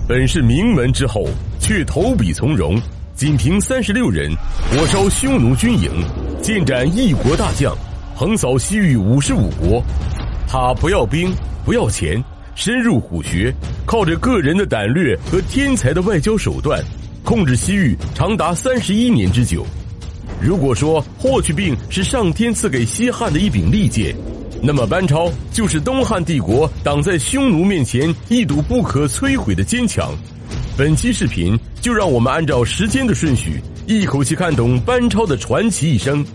本是名门之后，却投笔从戎，仅凭36人，火烧匈奴军营，尽斩一国大将，横扫西域55国。他不要兵，不要钱，深入虎穴，靠着个人的胆略和天才的外交手段，控制西域长达31年之久。如果说霍去病是上天赐给西汉的一柄利剑，那么班超就是东汉帝国挡在匈奴面前一堵不可摧毁的坚强。本期视频就让我们按照时间的顺序，一口气看懂班超的传奇一生。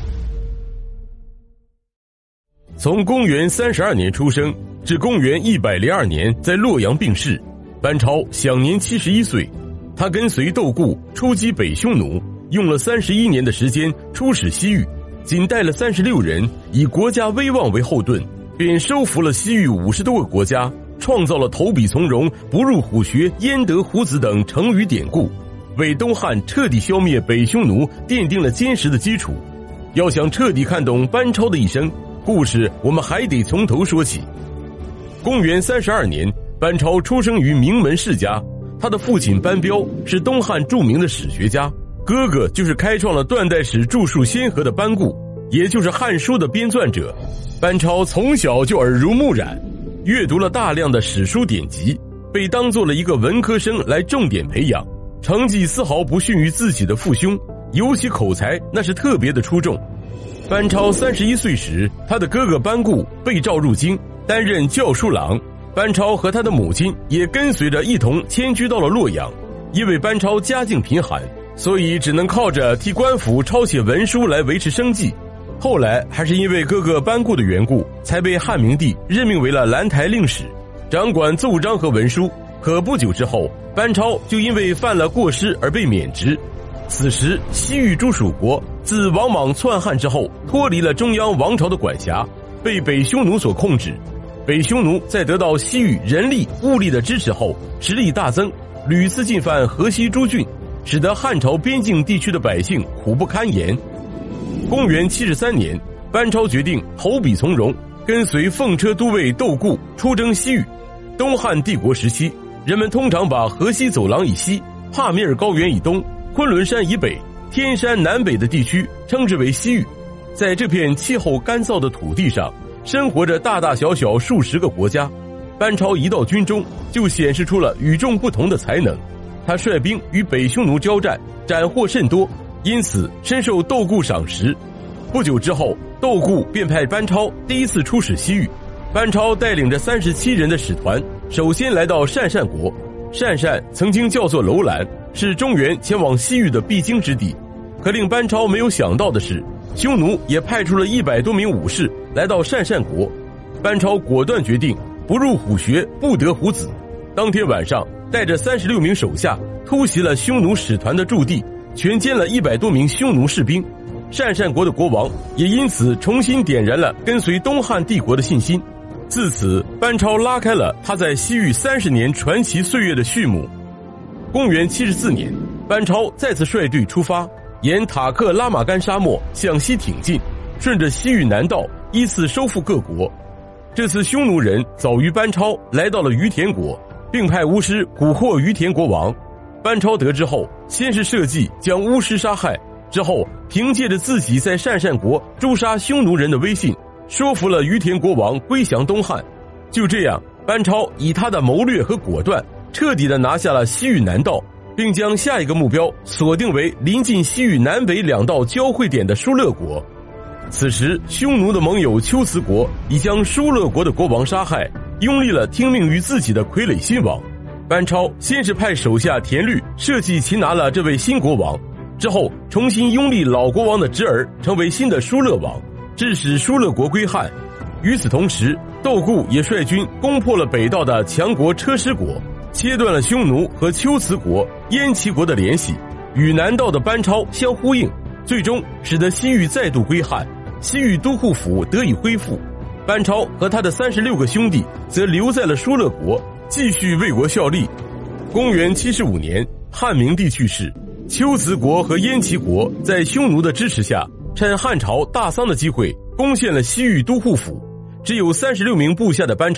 从公元32年出生至公元102年在洛阳病逝，班超享年71岁。他跟随窦固出击北匈奴，用了31年的时间出使西域，仅带了36人，以国家威望为后盾，便收服了西域50多个国家，创造了投笔从戎、不入虎穴、焉得虎子等成语典故，为东汉彻底消灭北匈奴奠定了坚实的基础。要想彻底看懂班超的一生，故事我们还得从头说起。公元32年，班超出生于名门世家，他的父亲班彪是东汉著名的史学家，哥哥就是开创了断代史著述先河的班固，也就是《汉书》的编纂者。班超从小就耳濡目染，阅读了大量的史书典籍，被当作了一个文科生来重点培养，成绩丝毫不逊于自己的父兄，尤其口才那是特别的出众。班超31岁时，他的哥哥班固被召入京，担任校书郎。班超和他的母亲也跟随着一同迁居到了洛阳。因为班超家境贫寒，所以只能靠着替官府抄写文书来维持生计。后来还是因为哥哥班固的缘故，才被汉明帝任命为了兰台令史，掌管奏章和文书。可不久之后，班超就因为犯了过失而被免职。此时西域诸属国自王莽篡汉之后，脱离了中央王朝的管辖，被北匈奴所控制。北匈奴在得到西域人力物力的支持后，实力大增，屡次进犯河西诸郡，使得汉朝边境地区的百姓苦不堪言。公元73年，班超决定投笔从戎，跟随奉车都尉窦固出征西域。东汉帝国时期，人们通常把河西走廊以西、帕米尔高原以东、昆仑山以北、天山南北的地区称之为西域。在这片气候干燥的土地上，生活着大大小小数十个国家。班超一到军中就显示出了与众不同的才能，他率兵与北匈奴交战，斩获甚多，因此深受窦固赏识。不久之后，窦固便派班超第一次出使西域。班超带领着37人的使团，首先来到鄯善国。鄯善曾经叫做楼兰，是中原前往西域的必经之地。可令班超没有想到的是，匈奴也派出了100多名武士来到鄯善国。班超果断决定不入虎穴，不得虎子。当天晚上，带着36名手下突袭了匈奴使团的驻地，全歼了100多名匈奴士兵。鄯善国的国王也因此重新点燃了跟随东汉帝国的信心。自此，班超拉开了他在西域30年传奇岁月的序幕。公元74年，班超再次率队出发，沿塔克拉玛干沙漠向西挺进，顺着西域南道依次收复各国。这次匈奴人早于班超来到了于田国，并派巫师蛊惑于田国王。班超得知后，先是设计将巫师杀害，之后凭借着自己在鄯善国诛杀匈奴人的威信，说服了于田国王归降东汉。就这样，班超以他的谋略和果断，彻底地拿下了西域南道，并将下一个目标锁定为临近西域南北两道交汇点的疏勒国。此时，匈奴的盟友龟兹国已将疏勒国的国王杀害，拥立了听命于自己的傀儡新王。班超先是派手下田律设计擒拿了这位新国王，之后重新拥立老国王的侄儿成为新的疏勒王，致使疏勒国归汉。与此同时，窦固也率军攻破了北道的强国车师国，切断了匈奴和龟兹国、燕齐国的联系，与南道的班超相呼应，最终使得西域再度归汉，西域都护府得以恢复。班超和他的36个兄弟则留在了疏勒国，继续为国效力。公元75年，汉明帝去世，龟兹国和燕齐国在匈奴的支持下，趁汉朝大丧的机会攻陷了西域都护府。只有36名部下的班超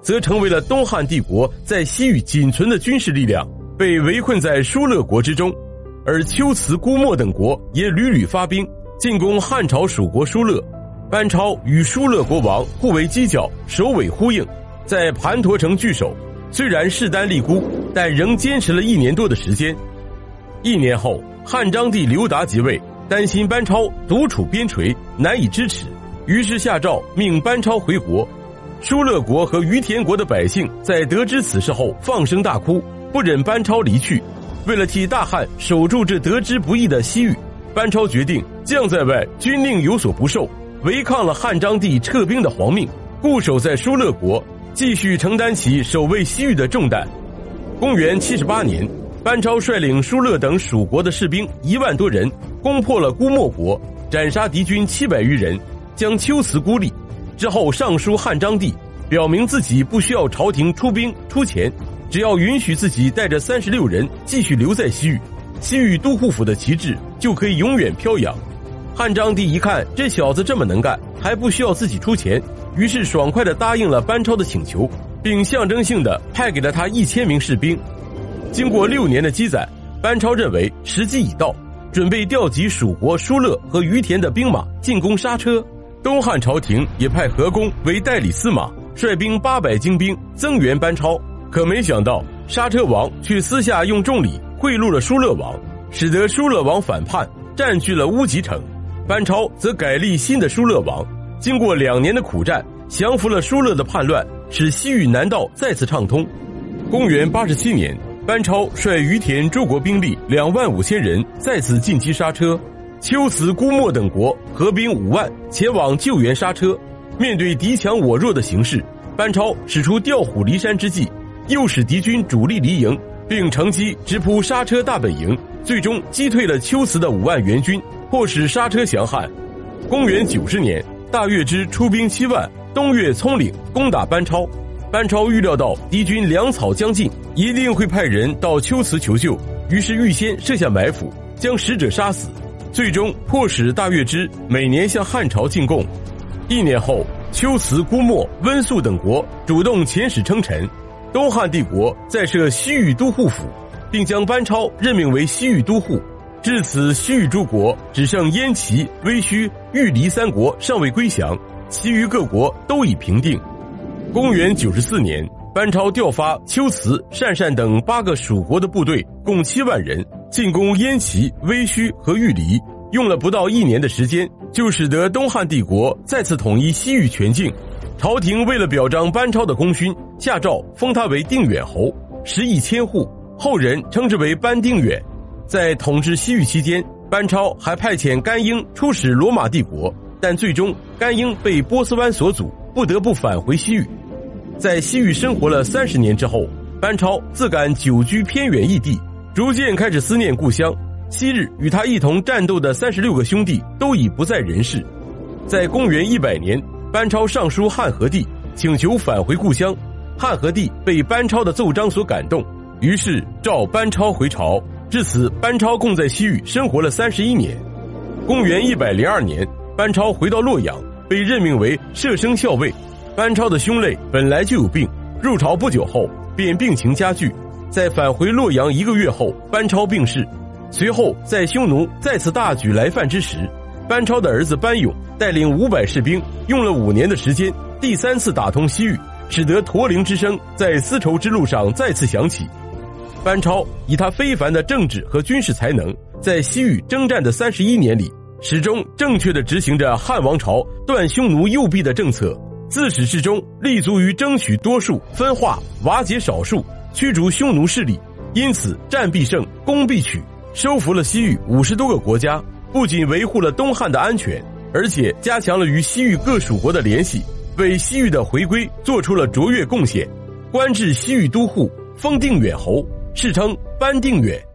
则成为了东汉帝国在西域仅存的军事力量，被围困在疏勒国之中。而龟兹、姑墨等国也屡屡发兵进攻汉朝属国疏勒。班超与疏勒国王互为犄角，首尾呼应，在盘陀城据守，虽然势单力孤，但仍坚持了1年多的时间。1年后，汉章帝刘达即位，担心班超独处边陲难以支持，于是下诏命班超回国。疏勒国和于田国的百姓在得知此事后放声大哭，不忍班超离去。为了替大汉守住这得之不易的西域，班超决定将在外，军令有所不受，违抗了汉章帝撤兵的皇命，固守在疏勒国，继续承担起守卫西域的重担。公元78年，班超率领疏勒等属国的士兵1万多人，攻破了姑墨国，斩杀敌军700余人，将龟兹孤立。之后上书汉章帝，表明自己不需要朝廷出兵出钱，只要允许自己带着36人继续留在西域，西域都护府的旗帜就可以永远飘扬。汉章帝一看这小子这么能干，还不需要自己出钱，于是爽快地答应了班超的请求，并象征性地派给了他1000名士兵。经过6年的积攒，班超认为时机已到，准备调集蜀国疏勒和于田的兵马进攻莎车。东汉朝廷也派何公为代理司马，率兵800精兵增援班超。可没想到莎车王却私下用重礼贿赂了疏勒王，使得疏勒王反叛，占据了乌吉城。班超则改立新的疏勒王，经过2年的苦战，降服了疏勒的叛乱，使西域南道再次畅通。公元87年，班超率于田诸国兵力25000人再次进击莎车。龟兹、姑墨等国合兵5万前往救援莎车。面对敌强我弱的形势，班超使出调虎离山之计，诱使敌军主力离营，并乘机直扑莎车大本营，最终击退了龟兹的5万援军，迫使莎车降汉。公元90年，大月支出兵7万，东越葱岭攻打班超。班超预料到敌军粮草将尽，一定会派人到龟兹求救，于是预先设下埋伏，将使者杀死，最终迫使大月支每年向汉朝进贡。1年后，龟兹、姑墨、温宿等国主动遣使称臣，东汉帝国再设西域都护府，并将班超任命为西域都护。至此，西域诸国只剩燕齐、威须、玉离3国尚未归降，其余各国都已平定。公元94年，班超调发龟兹、鄯善等8个属国的部队，共7万人，进攻燕齐、威须和玉离，用了不到1年的时间，就使得东汉帝国再次统一西域全境。朝廷为了表彰班超的功勋，下诏封他为定远侯，食邑1000户，后人称之为班定远。在统治西域期间，班超还派遣甘英出使罗马帝国，但最终甘英被波斯湾所阻，不得不返回西域。在西域生活了30年之后，班超自感久居偏远异地，逐渐开始思念故乡。昔日与他一同战斗的36个兄弟都已不在人世。在公元100年，班超上书汉和帝，请求返回故乡。汉和帝被班超的奏章所感动，于是召班超回朝。至此，班超共在西域生活了31年。公元102年，班超回到洛阳，被任命为摄生校尉。班超的兄累本来就有病，入朝不久后便病情加剧。在返回洛阳1个月后，班超病逝。随后在匈奴再次大举来犯之时，班超的儿子班勇带领500士兵，用了5年的时间，第3次打通西域，使得驼铃之声在丝绸之路上再次响起。班超以他非凡的政治和军事才能，在西域征战的31年里，始终正确地执行着汉王朝断匈奴右臂的政策，自始至终立足于争取多数、分化、瓦解少数，驱逐匈奴势力，因此战必胜，攻必取，收服了西域50多个国家，不仅维护了东汉的安全，而且加强了与西域各属国的联系，为西域的回归做出了卓越贡献。官至西域都护，封定远侯，世称班定远。